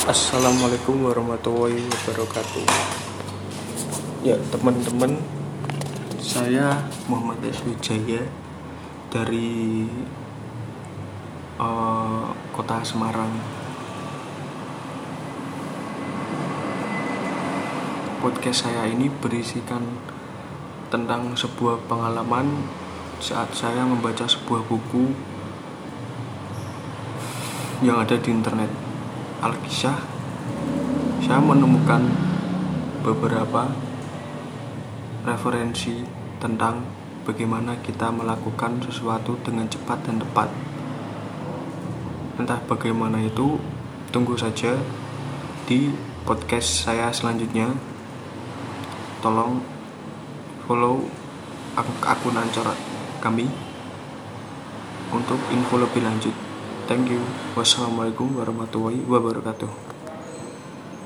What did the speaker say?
Assalamualaikum warahmatullahi wabarakatuh. Ya teman-teman, saya Muhammad Wijaya dari kota Semarang. Podcast saya ini berisikan tentang sebuah pengalaman saat saya membaca sebuah buku yang ada di internet. Alkisah, saya menemukan beberapa referensi tentang bagaimana kita melakukan sesuatu dengan cepat dan tepat. Entah bagaimana itu, tunggu saja di podcast saya selanjutnya. Tolong follow akun Anchor kami untuk info lebih lanjut. Thank you. Wassalamualaikum warahmatullahi wabarakatuh.